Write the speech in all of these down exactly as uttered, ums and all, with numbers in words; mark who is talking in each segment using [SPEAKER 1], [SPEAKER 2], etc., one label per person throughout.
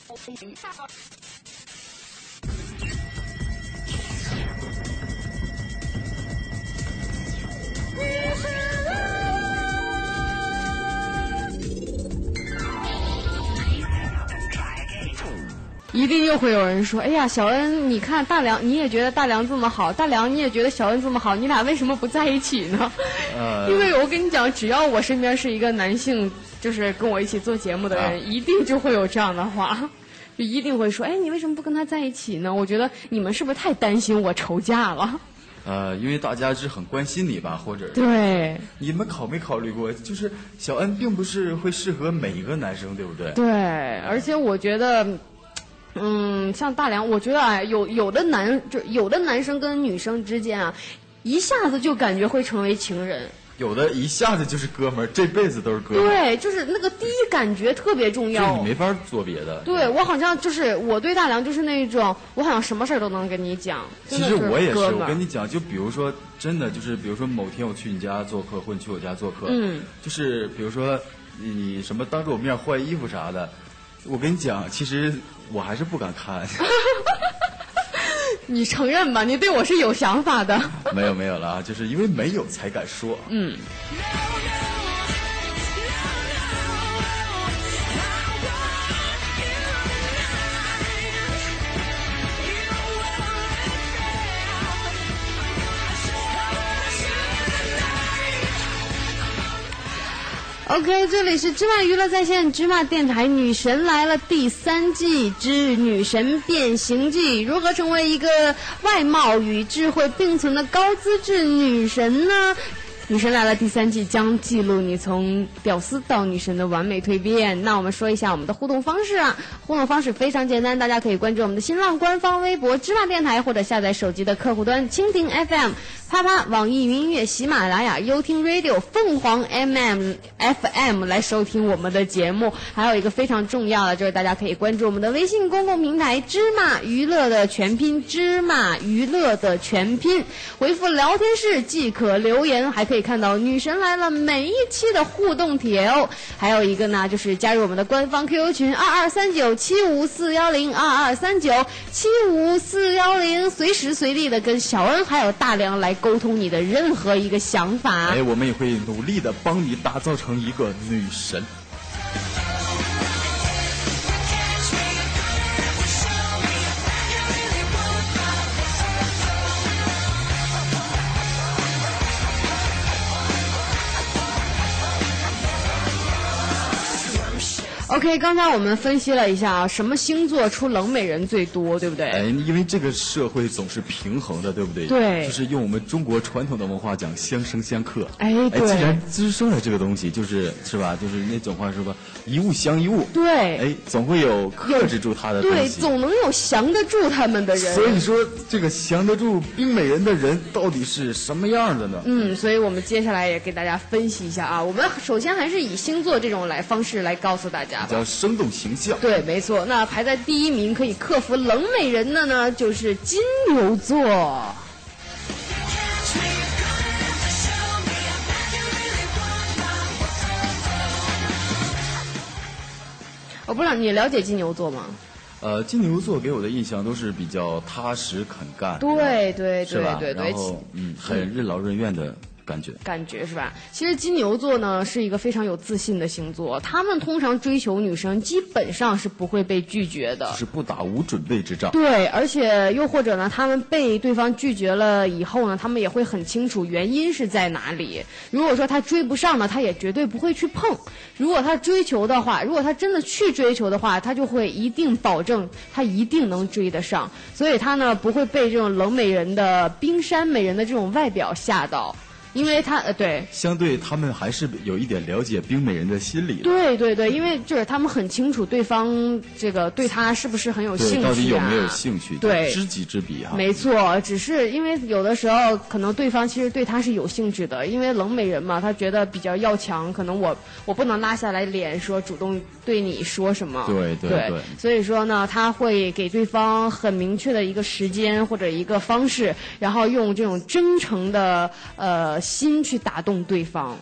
[SPEAKER 1] 一定又会有人说，哎呀，小恩，你看大梁，你也觉得大梁这么好，大梁你也觉得小恩这么好，你俩为什么不在一起呢？呃、因为我跟你讲，只要我身边是一个男性，就是跟我一起做节目的人，啊、一定就会有这样的话，就一定会说，哎，你为什么不跟他在一起呢？我觉得你们是不是太担心我愁嫁了？
[SPEAKER 2] 呃，因为大家是很关心你吧，或者
[SPEAKER 1] 对，
[SPEAKER 2] 你们考没考虑过，就是小恩并不是会适合每一个男生，对不对？
[SPEAKER 1] 对，而且我觉得。嗯，像大梁，我觉得啊，有有的男就有的男生跟女生之间啊，一下子就感觉会成为情人。
[SPEAKER 2] 有的一下子就是哥们儿，这辈子都是哥们儿。
[SPEAKER 1] 对，就是那个第一感觉特别重要。
[SPEAKER 2] 就你没法做别的。
[SPEAKER 1] 对，我好像就是我对大梁就是那种，我好像什么事儿都能跟你讲。
[SPEAKER 2] 其实我也是，我跟你讲，就比如说真的就是，比如说某天我去你家做客，或者你去我家做客，嗯，就是比如说你什么当着我面换衣服啥的，我跟你讲，其实我还是不敢看。
[SPEAKER 1] 你承认吧，你对我是有想法的。
[SPEAKER 2] 没有没有了啊，就是因为没有才敢说。
[SPEAKER 1] 嗯。OK， 这里是芝麻娱乐在线芝麻电台，女神来了第三季之女神变形记，如何成为一个外貌与智慧并存的高资质女神呢？女神来了第三季将记录你从屌丝到女神的完美蜕变。那我们说一下我们的互动方式啊，互动方式非常简单，大家可以关注我们的新浪官方微博芝麻电台，或者下载手机的客户端蜻蜓 F M、啪啪、网易云音乐、喜马拉雅、优听 Radio、凤凰 M M F M 来收听我们的节目。还有一个非常重要的就是大家可以关注我们的微信公共平台芝麻娱乐的全拼，芝麻娱乐的全拼，回复聊天室即可留言，还可以看到女神来了每一期的互动帖哦。还有一个呢，就是加入我们的官方 Q Q 群二二三九七五四幺零二二三九七五四幺零，随时随地的跟小恩还有大梁来沟通你的任何一个想法。
[SPEAKER 2] 哎，我们也会努力的帮你打造成一个女神。
[SPEAKER 1] OK， 刚才我们分析了一下啊，什么星座出冷美人最多，对不对？
[SPEAKER 2] 哎，因为这个社会总是平衡的，对不对？
[SPEAKER 1] 对，
[SPEAKER 2] 就是用我们中国传统的文化讲相生相克。
[SPEAKER 1] 哎，对。
[SPEAKER 2] 哎，既然滋生了这个东西，就是是吧？就是那种话说吧，一物降一物。
[SPEAKER 1] 对。
[SPEAKER 2] 哎，总会有克制住它的东西。
[SPEAKER 1] 对，总能有降得住他们的人。
[SPEAKER 2] 所以说，这个降得住冰美人的人到底是什么样的呢？
[SPEAKER 1] 嗯，所以我们接下来也给大家分析一下啊。我们首先还是以星座这种来方式来告诉大家。
[SPEAKER 2] 比较生动形象。
[SPEAKER 1] 对，没错。那排在第一名可以克服冷美人的呢，就是金牛座。我不知道你了解金牛座吗？
[SPEAKER 2] 呃，金牛座给我的印象都是比较踏实肯干。
[SPEAKER 1] 对对对对对，
[SPEAKER 2] 然后嗯，很任劳任怨的感觉
[SPEAKER 1] 感觉是吧？其实金牛座呢是一个非常有自信的星座，他们通常追求女生基本上是不会被拒绝的，
[SPEAKER 2] 是不打无准备之仗。
[SPEAKER 1] 对，而且又或者呢，他们被对方拒绝了以后呢，他们也会很清楚原因是在哪里。如果说他追不上呢，他也绝对不会去碰。如果他追求的话，如果他真的去追求的话，他就会一定保证他一定能追得上。所以他呢不会被这种冷美人的冰山美人的这种外表吓到。因为他呃对，
[SPEAKER 2] 相对他们还是有一点了解冰美人的心理的。
[SPEAKER 1] 对对对，因为就是他们很清楚对方这个对他是不是很有兴趣、啊，
[SPEAKER 2] 到底有没有兴趣？
[SPEAKER 1] 对，
[SPEAKER 2] 知己知彼哈。
[SPEAKER 1] 没错，只是因为有的时候可能对方其实对他是有兴趣的，因为冷美人嘛，他觉得比较要强，可能我我不能拉下来脸说主动对你说什么。
[SPEAKER 2] 对对
[SPEAKER 1] 对,
[SPEAKER 2] 对，
[SPEAKER 1] 所以说呢，他会给对方很明确的一个时间或者一个方式，然后用这种真诚的呃。心去打动对方。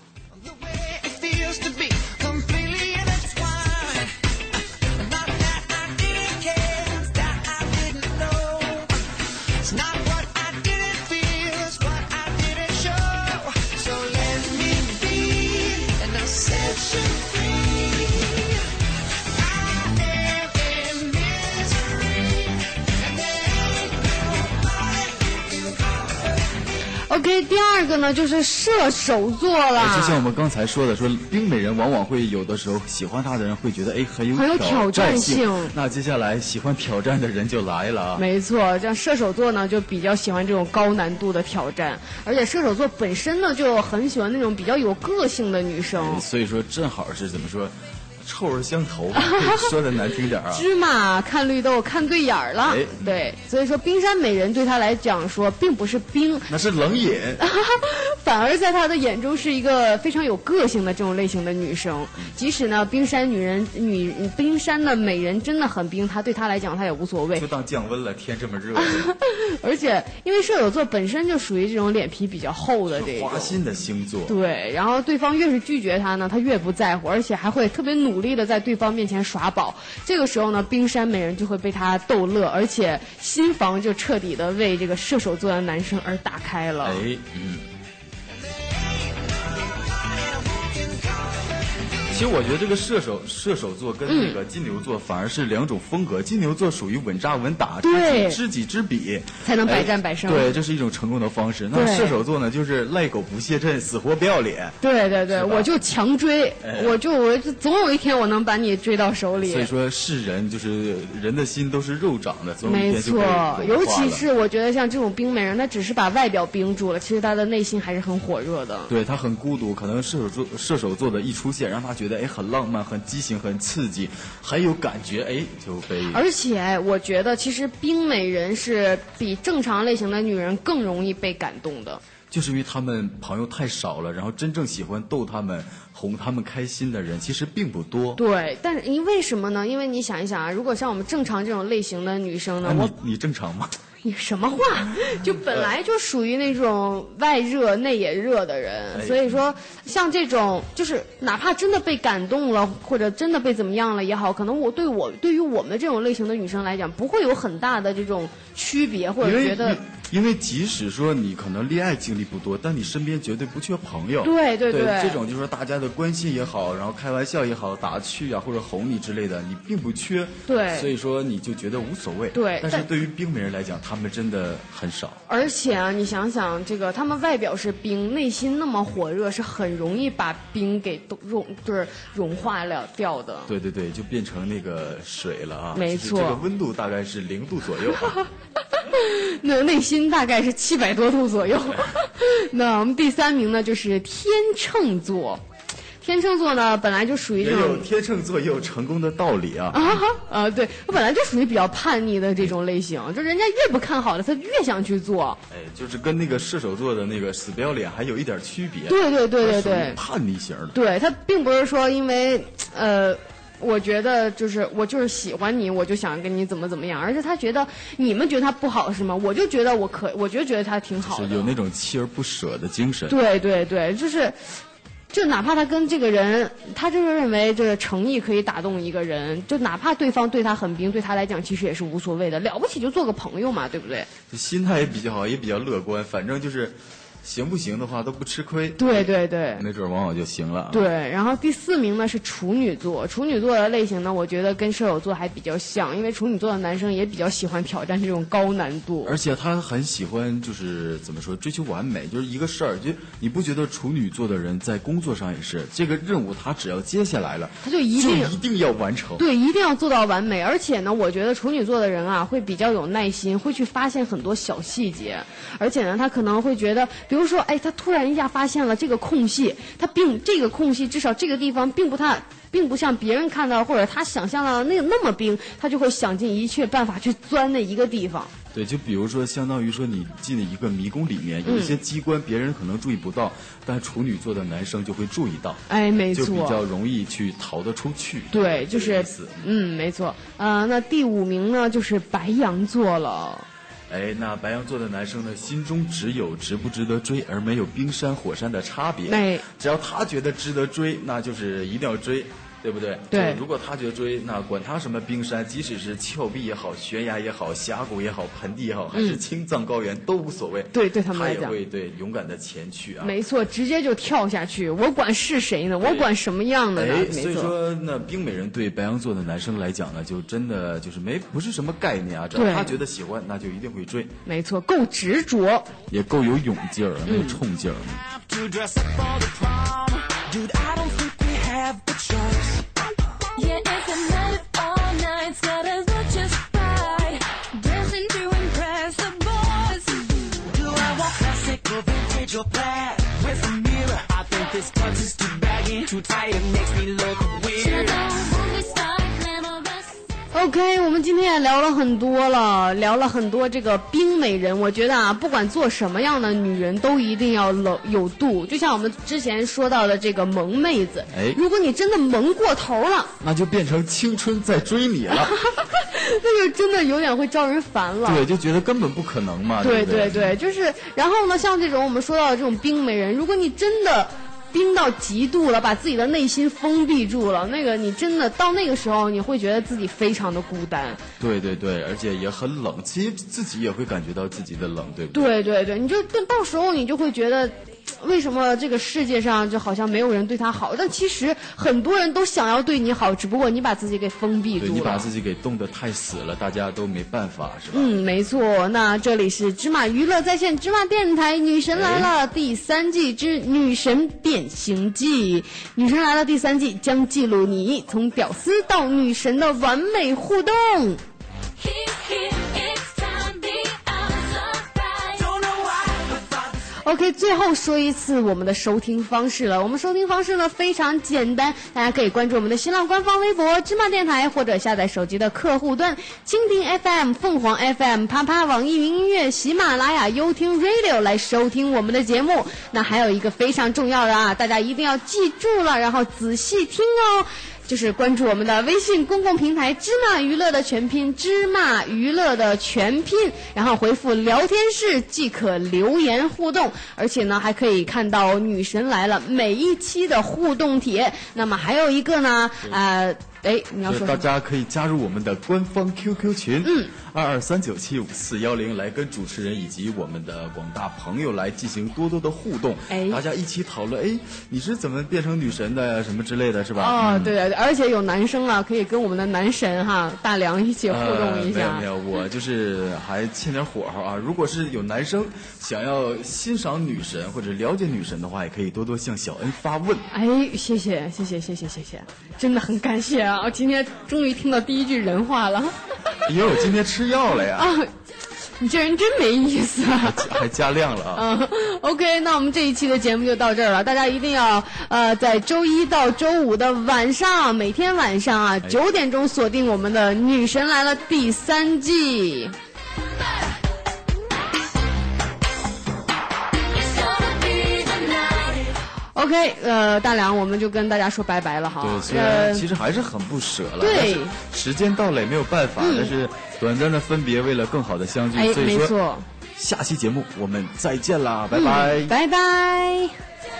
[SPEAKER 1] OK， 第二个呢就是射手座了。
[SPEAKER 2] 就像我们刚才说的，说冰美人往往会有的时候喜欢他的人会觉得哎很有
[SPEAKER 1] 很有挑战性。
[SPEAKER 2] 那接下来喜欢挑战的人就来了啊。
[SPEAKER 1] 没错，像射手座呢就比较喜欢这种高难度的挑战，而且射手座本身呢就很喜欢那种比较有个性的女生。
[SPEAKER 2] 哎、所以说正好是怎么说？臭味相投，说的难听点啊。
[SPEAKER 1] 芝麻看绿豆看对眼儿了，哎、对，所以说冰山美人对他来讲说并不是冰，
[SPEAKER 2] 那是冷饮，
[SPEAKER 1] 反而在他的眼中是一个非常有个性的这种类型的女生。即使呢冰山女人女冰山的美人真的很冰，她对他来讲他也无所谓，
[SPEAKER 2] 就当降温了，天这么热。
[SPEAKER 1] 而且因为射手座本身就属于这种脸皮比较厚的这种
[SPEAKER 2] 花心的星座，
[SPEAKER 1] 对，然后对方越是拒绝他呢，他越不在乎，而且还会特别努。努力的在对方面前耍宝，这个时候呢，冰山美人就会被他逗乐，而且心房就彻底的为这个射手座的男生而打开了。
[SPEAKER 2] 哎，嗯。其实我觉得这个射手射手座跟那个金牛座反而是两种风格。嗯、金牛座属于稳扎稳打，
[SPEAKER 1] 对，
[SPEAKER 2] 知己知彼，
[SPEAKER 1] 才能百战百胜。
[SPEAKER 2] 对，这是一种成功的方式。那射手座呢，就是赖狗不屑阵，死活不要脸。
[SPEAKER 1] 对对对，我就强追，哎、我就我就总有一天我能把你追到手里。
[SPEAKER 2] 所以说，是人就是人的心都是肉长的，总有一天就被
[SPEAKER 1] 没错，尤其是我觉得像这种冰美人，她只是把外表冰住了，其实她的内心还是很火热的。
[SPEAKER 2] 对，她很孤独，可能射手座射手座的一出现，让她觉得哎很浪漫、很激情、很刺激，很有感觉，哎就被。
[SPEAKER 1] 而且我觉得，其实冰美人是比正常类型的女人更容易被感动的。
[SPEAKER 2] 就是因为他们朋友太少了，然后真正喜欢逗他们、哄他们开心的人其实并不多。
[SPEAKER 1] 对，但是因为什么呢？因为你想一想啊，如果像我们正常这种类型的女生呢，
[SPEAKER 2] 啊、
[SPEAKER 1] 我
[SPEAKER 2] 你你正常吗？
[SPEAKER 1] 你什么话？就本来就属于那种外热内也热的人，所以说像这种就是哪怕真的被感动了，或者真的被怎么样了也好，可能我对我对于我们这种类型的女生来讲，不会有很大的这种区别，或者觉得。
[SPEAKER 2] 因为即使说你可能恋爱经历不多，但你身边绝对不缺朋友。
[SPEAKER 1] 对对
[SPEAKER 2] 对, 对，这种就是说大家的关心也好，然后开玩笑也好，打趣啊或者哄你之类的，你并不缺。
[SPEAKER 1] 对，
[SPEAKER 2] 所以说你就觉得无所谓。
[SPEAKER 1] 对，
[SPEAKER 2] 但是对于冰美人来讲，他们真的很少。
[SPEAKER 1] 而且啊，你想想，这个他们外表是冰，内心那么火热，是很容易把冰给都融，就是融化了掉的。
[SPEAKER 2] 对对对，就变成那个水了啊！
[SPEAKER 1] 没错，
[SPEAKER 2] 这个温度大概是零度左右、啊。
[SPEAKER 1] 那内心大概是七百多度左右。那我们第三名呢，就是天秤座。天秤座呢，本来就属于这种
[SPEAKER 2] 也有天秤座也有成功的道理啊。
[SPEAKER 1] 啊啊，对，我本来就属于比较叛逆的这种类型，就人家越不看好的，他越想去做。
[SPEAKER 2] 哎，就是跟那个射手座的那个死不要脸还有一点区别。
[SPEAKER 1] 对对对对对，
[SPEAKER 2] 叛逆型的。
[SPEAKER 1] 对，他并不是说因为呃。我觉得就是我就是喜欢你，我就想跟你怎么怎么样，而且他觉得你们觉得他不好是吗？我就觉得我可，我就觉得他挺好的，
[SPEAKER 2] 是有那种锲而不舍的精神。
[SPEAKER 1] 对对对，就是，就哪怕他跟这个人，他就是认为这个诚意可以打动一个人，就哪怕对方对他很冰，对他来讲其实也是无所谓的，了不起就做个朋友嘛，对不对？
[SPEAKER 2] 心态也比较好，也比较乐观，反正就是。行不行的话都不吃亏，
[SPEAKER 1] 对对对，
[SPEAKER 2] 没准往往就行了。
[SPEAKER 1] 对，然后第四名呢是处女座，处女座的类型呢，我觉得跟射手座还比较像，因为处女座的男生也比较喜欢挑战这种高难度，
[SPEAKER 2] 而且他很喜欢就是怎么说追求完美，就是一个事儿，就你不觉得处女座的人在工作上也是这个任务，他只要接下来了，
[SPEAKER 1] 他就一定
[SPEAKER 2] 就一定要完成，
[SPEAKER 1] 对，一定要做到完美。而且呢，我觉得处女座的人啊，会比较有耐心，会去发现很多小细节，而且呢，他可能会觉得，比如说，哎，他突然一下发现了这个空隙，他并这个空隙至少这个地方并不太，并不像别人看到或者他想象到的那那么冰，他就会想尽一切办法去钻那一个地方。
[SPEAKER 2] 对，就比如说，相当于说你进了一个迷宫里面，有一些机关别人可能注意不到，嗯、但处女座的男生就会注意到。
[SPEAKER 1] 哎，没错，
[SPEAKER 2] 就比较容易去逃得出去。
[SPEAKER 1] 对，就是嗯，没错。呃，那第五名呢，就是白羊座了。
[SPEAKER 2] 哎，那白羊座的男生呢，心中只有值不值得追，而没有冰山火山的差别。
[SPEAKER 1] 哎，
[SPEAKER 2] 只要他觉得值得追，那就是一定要追。 对不对？
[SPEAKER 1] 对。
[SPEAKER 2] 如果他觉得追，那管他什么冰山，即使是峭壁也好，悬崖也好，峡谷也好，盆地也好，还是青藏高原、嗯、都无所谓。
[SPEAKER 1] 对，对他们来讲，
[SPEAKER 2] 他也会对勇敢的前去啊。
[SPEAKER 1] 没错，直接就跳下去，我管是谁呢？我管什么样的呢？
[SPEAKER 2] 哎，所以说那冰美人对白羊座的男生来讲呢，就真的就是没不是什么概念啊，只要他觉得喜欢，那就一定会追。
[SPEAKER 1] 没错，够执着，
[SPEAKER 2] 也够有勇劲儿，没有冲劲儿。
[SPEAKER 3] Dude, I don't think we have the choice. Yeah, it's a night all night, gotta look just right. Dancing to impress the boys. Do I want classic or vintage or plaid? Where's the mirror? I think this tux is too baggy, too tight, it makes me look weird.
[SPEAKER 1] OK， 我们今天也聊了很多了，聊了很多这个冰美人。我觉得啊，不管做什么样的女人，都一定要冷有度。就像我们之前说到的这个萌妹子，
[SPEAKER 2] 哎，
[SPEAKER 1] 如果你真的萌过头了，
[SPEAKER 2] 那就变成青春在追你了，
[SPEAKER 1] 那就真的有点会招人烦了。
[SPEAKER 2] 对，就觉得根本不可能嘛。
[SPEAKER 1] 对
[SPEAKER 2] 对
[SPEAKER 1] 对, 对，就是，然后呢，像这种我们说到的这种冰美人，如果你真的冰到极度了，把自己的内心封闭住了，那个你真的到那个时候，你会觉得自己非常的孤单。
[SPEAKER 2] 对对对，而且也很冷，其实自己也会感觉到自己的冷，对不对？
[SPEAKER 1] 对对对，你就到时候你就会觉得，为什么这个世界上就好像没有人对他好？但其实很多人都想要对你好，只不过你把自己给封闭住了。
[SPEAKER 2] 对，你把自己给冻得太死了，大家都没办法，是吧？
[SPEAKER 1] 嗯，没错。那这里是芝麻娱乐在线芝麻电台，女神来了、哎、第三季之女神变形记。女神来了第三季将记录你从屌丝到女神的完美互动。OK， 最后说一次我们的收听方式了。我们收听方式呢非常简单，大家可以关注我们的新浪官方微博芝麻电台，或者下载手机的客户端蜻蜓 F M、凤凰 F M、啪啪、网易云音乐、喜马拉雅、优听 Radio 来收听我们的节目。那还有一个非常重要的啊，大家一定要记住了，然后仔细听哦。就是关注我们的微信公共平台芝麻娱乐的全拼芝麻娱乐的全拼，然后回复聊天室即可留言互动，而且呢还可以看到女神来了每一期的互动帖。那么还有一个呢呃哎，你要说
[SPEAKER 2] 大家可以加入我们的官方 Q Q 群，嗯，二二三九七五四幺零，来跟主持人以及我们的广大朋友来进行多多的互动，哎，大家一起讨论，哎，你是怎么变成女神的呀，什么之类的，是吧？
[SPEAKER 1] 哦，嗯、对对，而且有男生啊，可以跟我们的男神哈大梁一起互动一下。
[SPEAKER 2] 呃、没有没有，我就是还欠点火候啊。如果是有男生想要欣赏女神或者了解女神的话，也可以多多向小恩发问。
[SPEAKER 1] 哎，谢谢谢谢谢谢谢谢，真的很感谢啊！我今天终于听到第一句人话了。
[SPEAKER 2] 因为我今天吃药了呀。
[SPEAKER 1] 啊，你这人真没意思啊！
[SPEAKER 2] 还, 还加量了啊。
[SPEAKER 1] 嗯 ，OK， 那我们这一期的节目就到这儿了。大家一定要呃，在周一到周五的晚上，每天晚上啊九点钟锁定我们的《女神来了》第三季。OK， 呃，大梁，我们就跟大家说拜拜了哈。
[SPEAKER 2] 对，虽然其实还是很不舍了，
[SPEAKER 1] 对，
[SPEAKER 2] 但是时间到了也没有办法，嗯、但是短暂的分别，为了更好的相聚，
[SPEAKER 1] 哎，
[SPEAKER 2] 所以说
[SPEAKER 1] 没错，
[SPEAKER 2] 下期节目我们再见啦，拜拜，
[SPEAKER 1] 嗯、拜拜。